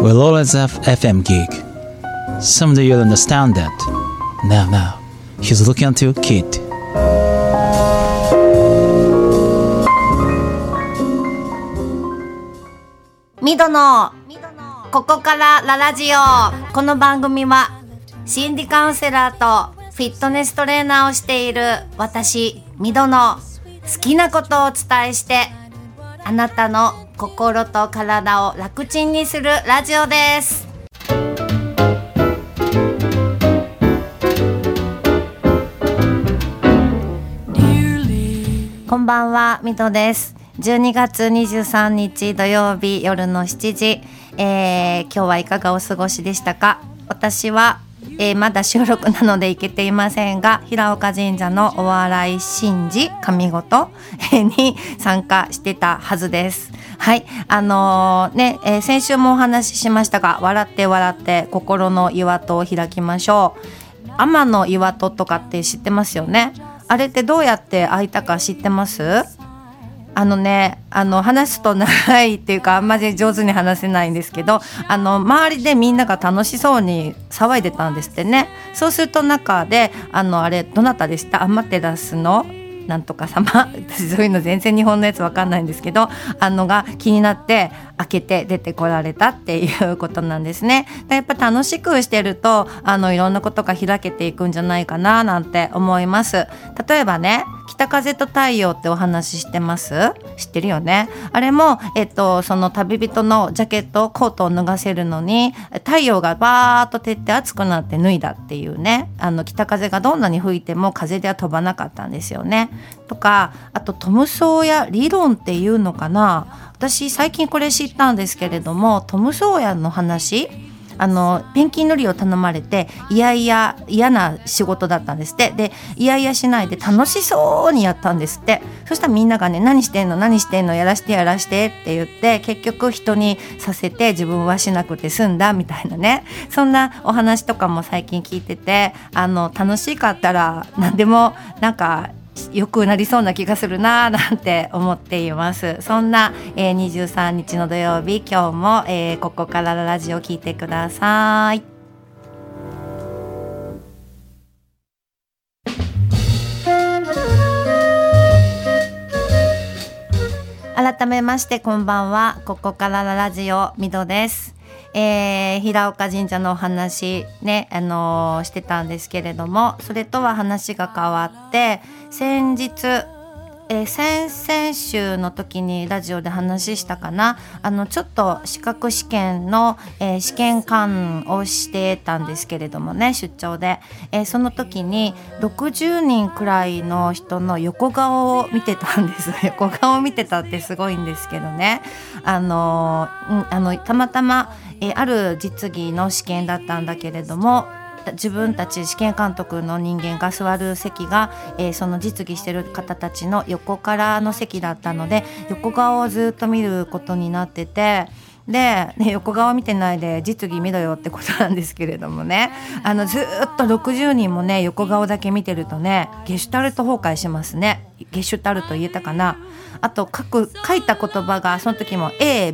We'll always have FM gig. Someday you'll understand that. Now, he's looking at you, kid. ミドのここからラジオ。この番組は心理カウンセラーとフィットネストレーナーをしている私ミドの好きなことをお伝えして、あなたの心と体を楽ちんにするラジオです。こんばんは、ミドです。12月23日土曜日夜の7時、今日はいかがお過ごしでしたか？私は、まだ収録なので行けていませんが、平岡神社のお笑い神事神事に参加してたはずです。はい、先週もお話ししましたが、笑って笑って心の岩戸を開きましょう。天の岩戸とかって知ってますよね。あれってどうやって開いたか知ってます？話すと長いっていうか、あんまり上手に話せないんですけど、周りでみんなが楽しそうに騒いでたんですってね。そうすると中であれどなたでした？アマテラスのなんとか様私そういうの全然日本のやつわかんないんですけど、が気になって開けて出てこられたっていうことなんですね。でやっぱ楽しくしてるといろんなことが開けていくんじゃないかななんて思います。例えばね、北風と太陽ってお話ししてます？知ってるよね。あれも、その旅人のジャケットコートを脱がせるのに太陽がバーッと照って暑くなって脱いだっていうね。北風がどんなに吹いても風では飛ばなかったんですよね。とか、あとトムソーヤ理論っていうのかな。私最近これ知ったんですけれども、トムソーヤの話、ペンキ塗りを頼まれて嫌な仕事だったんですって。で嫌しないで楽しそうにやったんですって。そしたらみんながね、何してんのやらしてって言って、結局人にさせて自分はしなくて済んだみたいなね、そんなお話とかも最近聞いてて、楽しかったら何でもなんか良くなりそうな気がするななんて思っています。そんな、23日の土曜日、今日も、ここからラジオ聞いてください。改めましてこんばんは、ここからラジオミドです。平岡神社のお話ね、してたんですけれども、それとは話が変わって、先日、先々週の時にラジオで話したかな。ちょっと資格試験の、試験官をしてたんですけれどもね、出張で、その時に60人くらいの人の横顔を見てたんです横顔を見てたってすごいんですけどね。たまたま、ある実技の試験だったんだけれども、自分たち試験監督の人間が座る席が、その実技してる方たちの横からの席だったので、横顔をずっと見ることになってて、で、ね、横顔見てないで実技見ろよってことなんですけれどもね、ずっと60人もね横顔だけ見てるとね、ゲシュタルト崩壊しますね。ゲシュタルト言えたかな。あと書いた言葉がその時も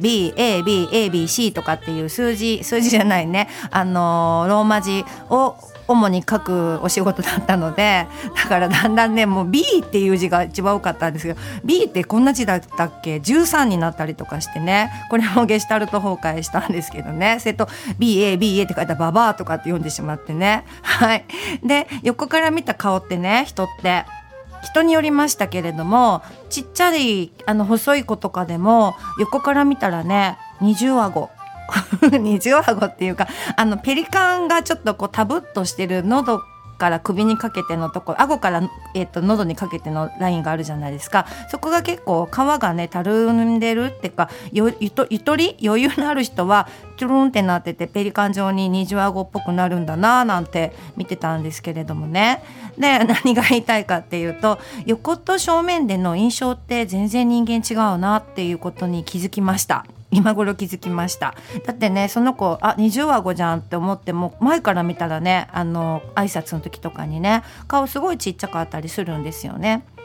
ABABABC とかっていう数字じゃないね、ローマ字を主に書くお仕事だったので、だからだんだんね、もう B っていう字が一番多かったんですけど、 B ってこんな字だったっけ13になったりとかしてね、これもゲシュタルト崩壊したんですけどね。それと BABA って書いたらババアとかって読んでしまってね。はい。で横から見た顔ってね、人って人によりましたけれども、ちっちゃい細い子とかでも横から見たらね、二重顎二重顎っていうか、ペリカンがちょっとこうタブっとしてる喉から首にかけてのところ、顎から、喉にかけてのラインがあるじゃないですか。そこが結構皮がねたるんでるっていうか、ゆとり余裕のある人はチュルンってなってて、ペリカン状に二重顎っぽくなるんだななんて見てたんですけれどもね。で何が言いたいかっていうと、横と正面での印象って全然人間違うなっていうことに気づきました。今頃気づきました。だってね、その子二重顎じゃんって思っても、前から見たらね、挨拶の時とかにね顔すごいちっちゃかったりするんですよね。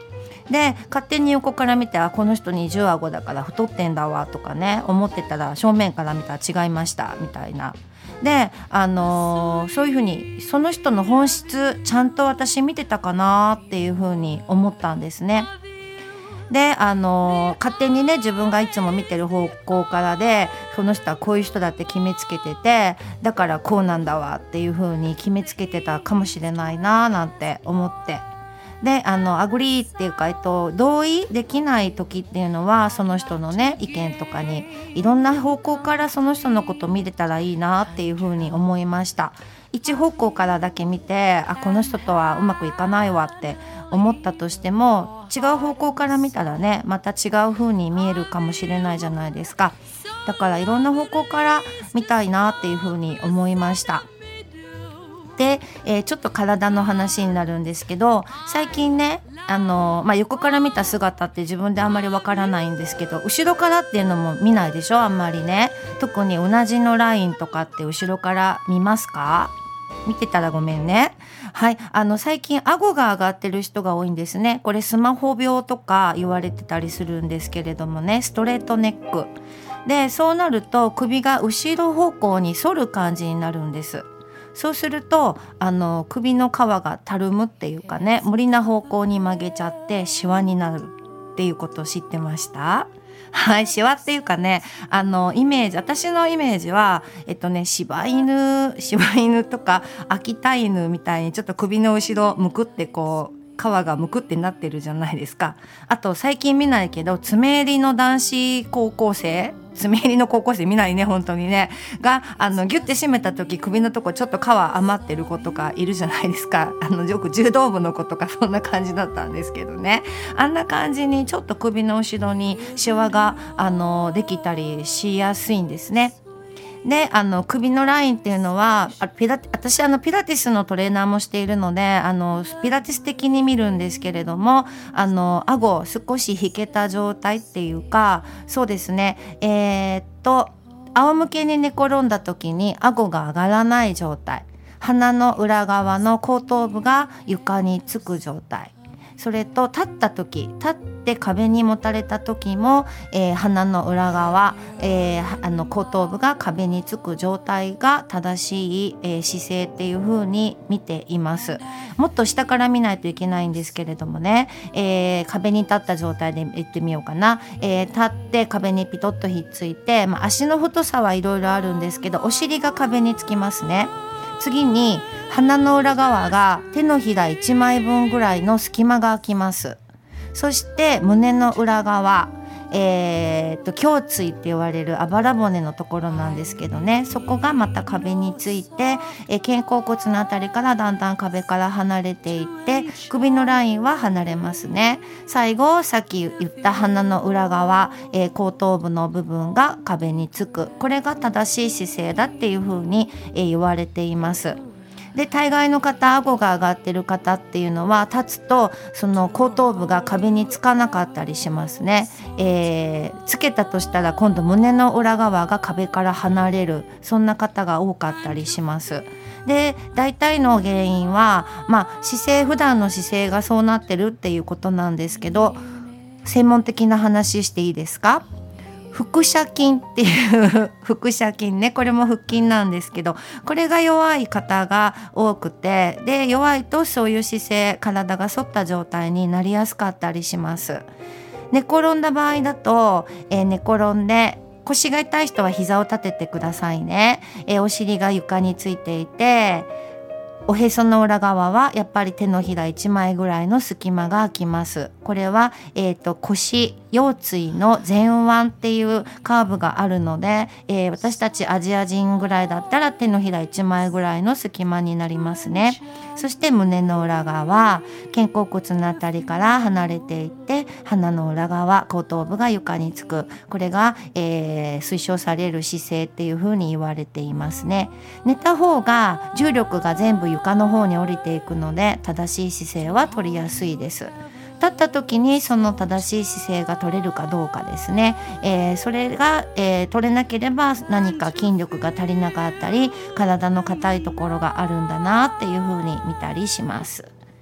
で勝手に横から見てこの人20顎だから太ってんだわとかね思ってたら正面から見たら違いましたみたいな。で、そういうふうにその人の本質ちゃんと私見てたかなっていうふうに思ったんですね。で勝手にね自分がいつも見てる方向からでこの人はこういう人だって決めつけててだからこうなんだわっていう風に決めつけてたかもしれないななんて思ってでアグリーっていうか、同意できない時っていうのはその人のね意見とかにいろんな方向からその人のこと見れたらいいなっていう風に思いました。一方向からだけ見てこの人とはうまくいかないわって思ったとしても違う方向から見たらねまた違う風に見えるかもしれないじゃないですか。だからいろんな方向から見たいなっていう風に思いました。で、ちょっと体の話になるんですけど最近ね横から見た姿って自分であんまりわからないんですけど後ろからっていうのも見ないでしょあんまりね。特にうなじのラインとかって後ろから見ますか？見てたらごめんね。はい、最近顎が上がってる人が多いんですね。これスマホ病とか言われてたりするんですけれどもねストレートネックでそうなると首が後ろ方向に反る感じになるんです。そうすると首の皮がたるむっていうかね無理な方向に曲げちゃってシワになるっていうことを知ってました？はい、シワっていうかねイメージ私のイメージは柴犬とか秋田犬みたいにちょっと首の後ろむくってこう皮がむくってなってるじゃないですか。あと最近見ないけど爪襟の男子高校生爪襟の高校生見ないね本当にねがギュッて締めた時首のとこちょっと皮余ってる子とかいるじゃないですか。よく柔道部の子とかそんな感じだったんですけどねあんな感じにちょっと首の後ろにシワができたりしやすいんですね。で首のラインっていうのは私ピラティスのトレーナーもしているのでピラティス的に見るんですけれども顎少し引けた状態っていうかそうですね仰向けに寝転んだ時に顎が上がらない状態鼻の裏側の後頭部が床につく状態それと立って壁にもたれた時も、鼻の裏側、後頭部が壁につく状態が正しい、姿勢っていう風に見ています。もっと下から見ないといけないんですけれどもね、壁に立った状態で言ってみようかな、立って壁にピトッとひっついて、足の太さはいろいろあるんですけどお尻が壁につきますね。次に鼻の裏側が手のひら1枚分ぐらいの隙間が空きます。そして胸の裏側、胸椎って言われるあばら骨のところなんですけどねそこがまた壁について、肩甲骨のあたりからだんだん壁から離れていって首のラインは離れますね。最後さっき言った鼻の裏側、後頭部の部分が壁につくこれが正しい姿勢だっていうふうに、言われています。で大概の方顎が上がってる方っていうのは立つとその後頭部が壁につかなかったりしますね、つけたとしたら今度胸の裏側が壁から離れるそんな方が多かったりします。で大体の原因は普段の姿勢がそうなってるっていうことなんですけど専門的な話していいですか？腹斜筋っていう腹斜筋ねこれも腹筋なんですけどこれが弱い方が多くてで弱いとそういう姿勢体が反った状態になりやすかったりします。寝転んだ場合だと、寝転んで腰が痛い人は膝を立ててくださいね。お尻が床についていておへその裏側はやっぱり手のひら1枚ぐらいの隙間が空きます。これは、腰腰椎の前腕っていうカーブがあるので、私たちアジア人ぐらいだったら手のひら1枚ぐらいの隙間になりますね。そして胸の裏側肩甲骨のあたりから離れていって鼻の裏側後頭部が床につくこれが、推奨される姿勢っていうふうに言われていますね。寝た方が重力が全部床の方に降りていくので正しい姿勢は取りやすいです。立った時にその正しい姿勢が取れるかどうかですね、それが、取れなければ何か筋力が足りなかったり体の硬いところがあるんだなっていうふうに見たりします。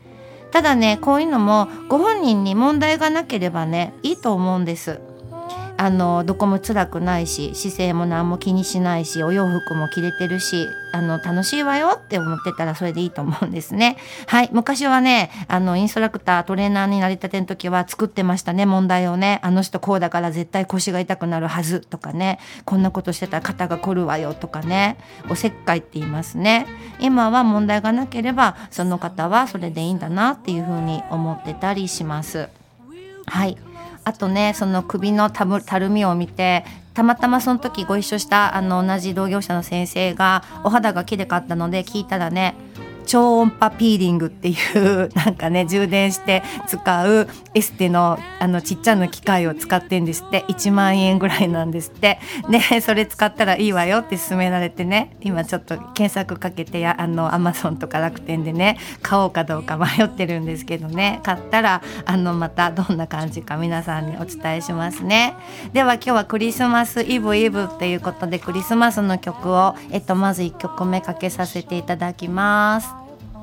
ただね、こういうのもご本人に問題がなければね、いいと思うんです。どこも辛くないし、姿勢も何も気にしないし、お洋服も着れてるし、楽しいわよって思ってたらそれでいいと思うんですね。はい、昔はね、インストラクタートレーナーになりたての時は作ってましたね、問題をね。あの人こうだから絶対腰が痛くなるはずとかね、こんなことしてたら肩が凝るわよとかね、おせっかいって言いますね。今は問題がなければその方はそれでいいんだなっていうふうに思ってたりします。はい。あとね、その首のたるみを見て、たまたまその時ご一緒した同じ同業者の先生がお肌が綺麗かったので聞いたらね、超音波ピーリングっていうなんかね、充電して使うエステのちっちゃな機械を使ってんですって。1万円ぐらいなんですってね。それ使ったらいいわよって勧められてね、今ちょっと検索かけてAmazon とか楽天でね、買おうかどうか迷ってるんですけどね、買ったらまたどんな感じか皆さんにお伝えしますね。では今日はクリスマスイブっていうことで、クリスマスの曲をまず1曲目かけさせていただきます。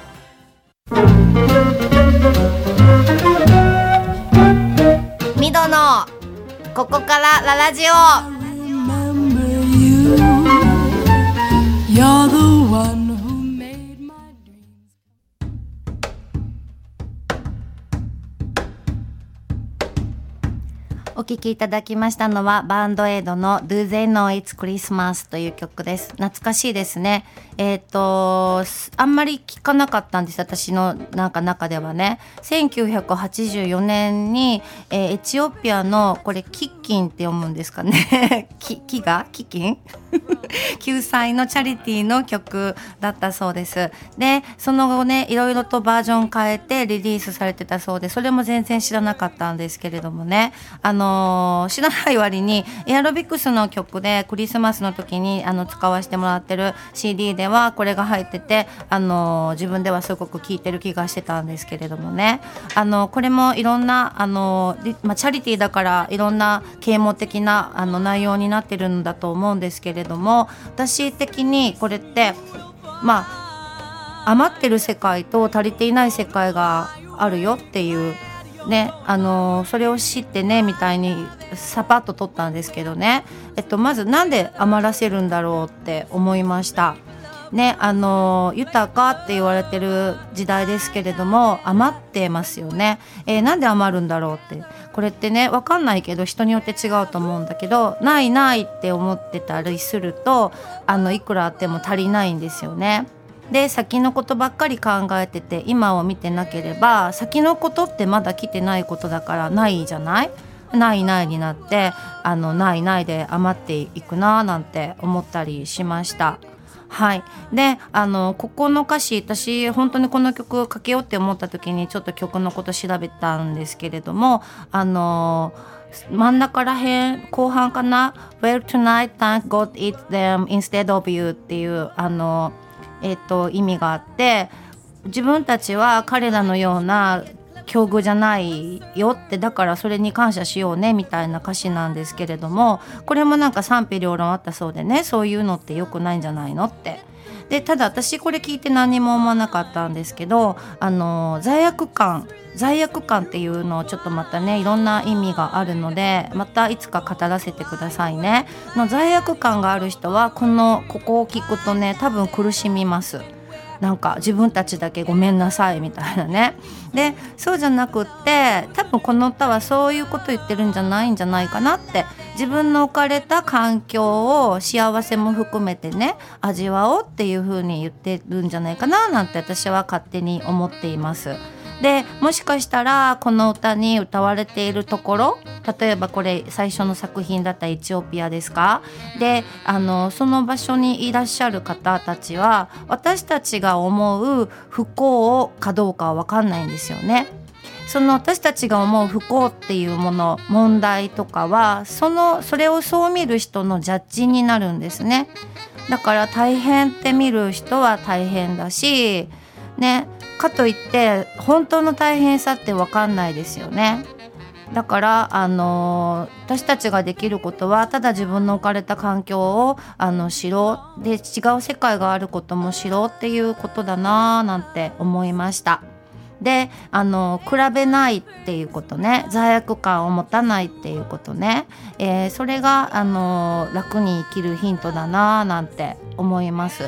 ミドのここからララジオ。お聴きいただきましたのはバンドエイドの Do They Know It's Christmas という曲です。懐かしいですね。あんまり聞かなかったんです、私の中ではね。1984年に、エチオピアのこれキッキンって読むんですかねキキン救済のチャリティーの曲だったそうです。でその後ね、いろいろとバージョン変えてリリースされてたそうで、それも全然知らなかったんですけれどもね、知らない割にエアロビクスの曲でクリスマスの時に使わせてもらってる CD ではこれが入ってて、自分ではすごく聴いてる気がしてたんですけれどもね、これもいろんなチャリティーだからいろんな啓蒙的な内容になってるんだと思うんですけれども、私的にこれって余ってる世界と足りていない世界があるよっていうね、それを知ってねみたいにサパッと取ったんですけどね、まずなんで余らせるんだろうって思いましたね。豊かって言われてる時代ですけれども余ってますよね。なんで余るんだろうって、これってね分かんないけど人によって違うと思うんだけど、ないって思ってたりするといくらあっても足りないんですよね。で先のことばっかり考えてて今を見てなければ先のことってまだ来てないことだからないじゃない。ないになってないで余っていくななんて思ったりしました。はい。でここの歌詞、私本当にこの曲をかけようって思った時にちょっと曲のこと調べたんですけれども、真ん中らへん後半かな、 Well tonight thank God it's them instead of you っていう意味があって、自分たちは彼らのような境遇じゃないよって、だからそれに感謝しようねみたいな歌詞なんですけれども、これもなんか賛否両論あったそうでね、そういうのって良くないんじゃないのって。でただ私これ聞いて何も思わなかったんですけど、罪悪感っていうのをちょっとまたねいろんな意味があるので、またいつか語らせてくださいね。罪悪感がある人はここを聞くとね多分苦しみます。なんか自分たちだけごめんなさいみたいなね。でそうじゃなくって多分この歌はそういうこと言ってるんじゃないかなって、自分の置かれた環境を幸せも含めてね味わおうっていう風に言ってるんじゃないかななんて私は勝手に思っています。でもしかしたらこの歌に歌われているところ、例えばこれ最初の作品だったエチオピアですか。でその場所にいらっしゃる方たちは私たちが思う不幸かどうかは分かんないんですよね。その私たちが思う不幸っていうもの、問題とかはそれをそう見る人のジャッジになるんですね。だから大変って見る人は大変だしね、かといって本当の大変さって分かんないですよね。だから私たちができることはただ自分の置かれた環境を知ろう、で違う世界があることも知ろうっていうことだななんて思いました。 で比べないっていうことね、罪悪感を持たないっていうことね、それが楽に生きるヒントだななんて思います。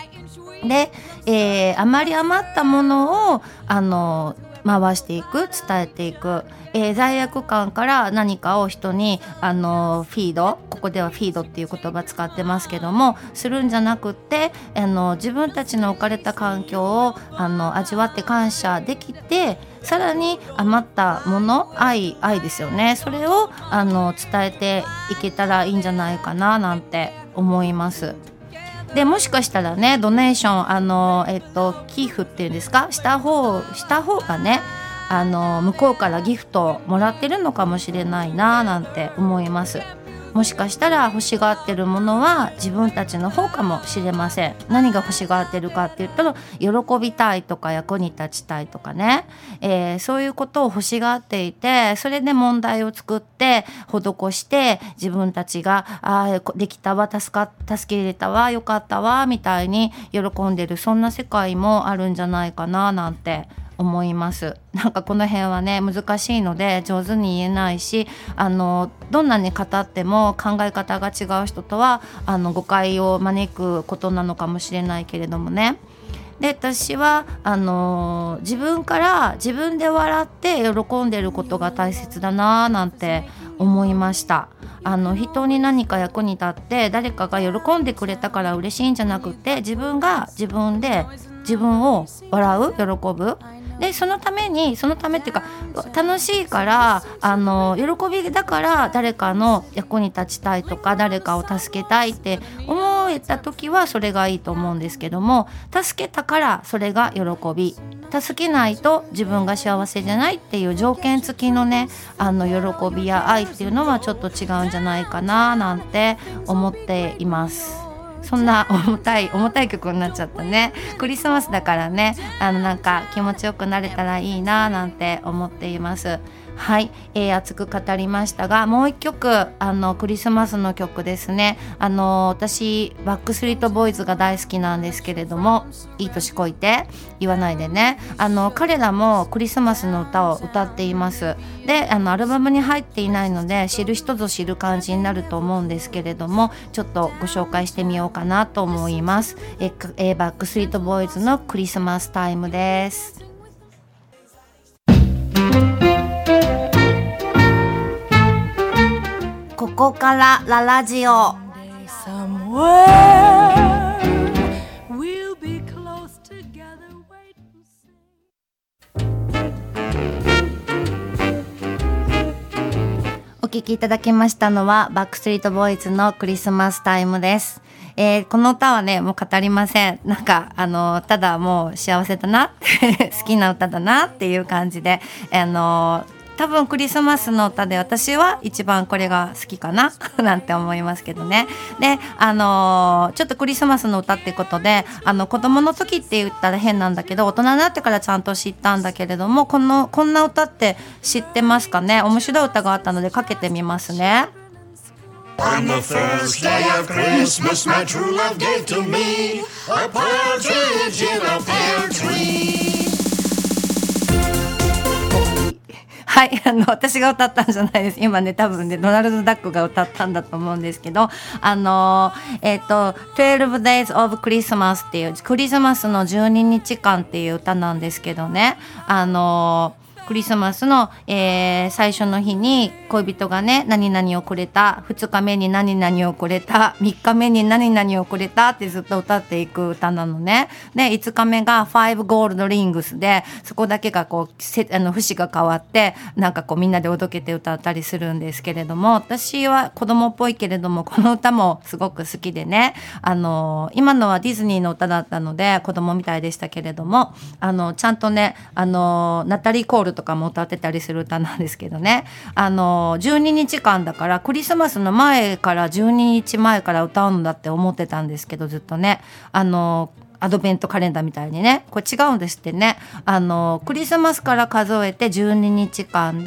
で、あまり余ったものを回していく、伝えていく、罪悪感から何かを人にフィード、ここではフィードっていう言葉使ってますけども、するんじゃなくって自分たちの置かれた環境を味わって感謝できて、さらに余ったもの、愛ですよね、それを伝えていけたらいいんじゃないかななんて思います。でもしかしたらね、ドネーション寄付っていうんですか、した方がね向こうからギフトをもらってるのかもしれないななんて思います。もしかしたら欲しがってるものは自分たちの方かもしれません。何が欲しがってるかって言ったら、喜びたいとか役に立ちたいとかね、そういうことを欲しがっていて、それで問題を作って施して、自分たちができたわ、助けれたわ、よかったわみたいに喜んでる、そんな世界もあるんじゃないかななんて思います。なんかこの辺はね難しいので上手に言えないし、どんなに語っても考え方が違う人とは誤解を招くことなのかもしれないけれどもね。で、私は自分から自分で笑って喜んでることが大切だななんて思いました。人に何か役に立って誰かが喜んでくれたから嬉しいんじゃなくて、自分が自分で自分を笑う、喜ぶ。でそのためっていうか、楽しいから喜びだから誰かの役に立ちたいとか、誰かを助けたいって思えた時はそれがいいと思うんですけども、助けたからそれが喜び、助けないと自分が幸せじゃないっていう条件付きのね喜びや愛っていうのはちょっと違うんじゃないかななんて思っています。そんな重たい曲になっちゃったね。クリスマスだからね、なんか気持ちよくなれたらいいななんて思っています。はい、熱く語りましたが、もう一曲クリスマスの曲ですね。私バックストリートボーイズが大好きなんですけれども、いい年こいて言わないでね、彼らもクリスマスの歌を歌っています。でアルバムに入っていないので知る人ぞ知る感じになると思うんですけれども、ちょっとご紹介してみようかなと思います。バックストリートボーイズのクリスマスタイムです。ここからラジオ。お聴きいただきましたのはバックストリートボーイズのクリスマスタイムです。この歌はねもう語りません。なんかただもう幸せだな好きな歌だなっていう感じで、多分クリスマスの歌で私は一番これが好きかななんて思いますけどね。でちょっとクリスマスの歌ってことで子供の時って言ったら変なんだけど、大人になってからちゃんと知ったんだけれども、こんな歌って知ってますかね。面白い歌があったのでかけてみますね。On the first day of Christmas, my true love gave to me a partridge in a pear tree。はい、私が歌ったんじゃないです。今ね多分ねドナルド・ダックが歌ったんだと思うんですけど、12 Days of Christmas っていうクリスマスの12日間っていう歌なんですけどね、クリスマスの、最初の日に恋人がね何々をくれた、2日目に何々をくれた、3日目に何々をくれたってずっと歌っていく歌なのね。で5日目が5 Gold Rings で、そこだけがこう節が変わってなんかこうみんなでおどけて歌ったりするんですけれども、私は子供っぽいけれどもこの歌もすごく好きでね、今のはディズニーの歌だったので子供みたいでしたけれども、ちゃんとねナタリー・コールとかも歌ってたりする歌なんですけどね、12日間だからクリスマスの前から12日前から歌うのだって思ってたんですけど、ずっとねアドベントカレンダーみたいにね、これ違うんですってね。クリスマスから数えて12日間で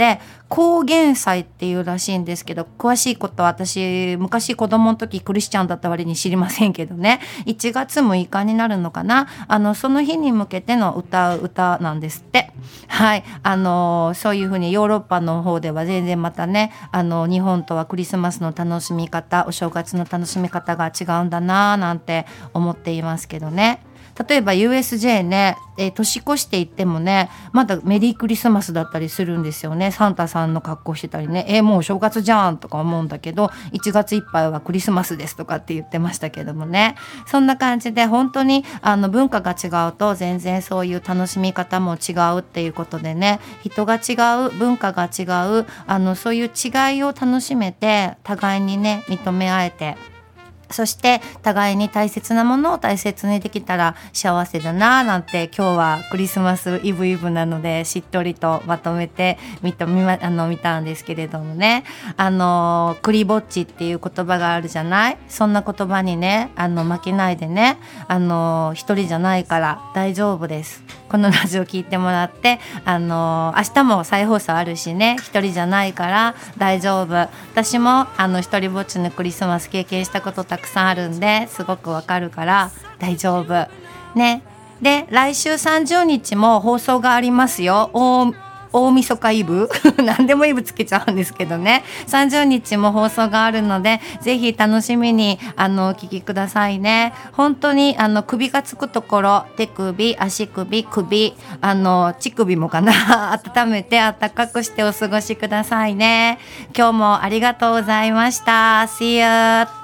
高原祭っていうらしいんですけど、詳しいことは私昔子供の時クリスチャンだった割に知りませんけどね、1月6日になるのかな、その日に向けての歌う歌なんですって。はい、そういうふうにヨーロッパの方では全然またね、日本とはクリスマスの楽しみ方、お正月の楽しみ方が違うんだななんて思っていますけどね。例えば USJ ね、年越していってもね、まだメリークリスマスだったりするんですよね。サンタさんの格好してたりね、もう正月じゃんとか思うんだけど、1月いっぱいはクリスマスですとかって言ってましたけどもね。そんな感じで本当に文化が違うと全然そういう楽しみ方も違うっていうことでね、人が違う、文化が違う、そういう違いを楽しめて、互いにね認め合えて、そして互いに大切なものを大切にできたら幸せだななんて、今日はクリスマスイブなのでしっとりとまとめて見たんですけれどもね、クリぼっちっていう言葉があるじゃない。そんな言葉にね負けないでね、一人じゃないから大丈夫です。このラジオ聞いてもらって、明日も再放送あるしね、一人じゃないから大丈夫。私も一人ぼっちのクリスマス経験したことたくさんあるんで、すごくわかるから大丈夫ね。で、来週30日も放送がありますよ。大晦日イブ何でもイブつけちゃうんですけどね、30日も放送があるので、ぜひ楽しみにお聞きくださいね。本当に首がつくところ、手首、足首、首、乳首もかな温めて暖かくしてお過ごしくださいね。今日もありがとうございました。See you!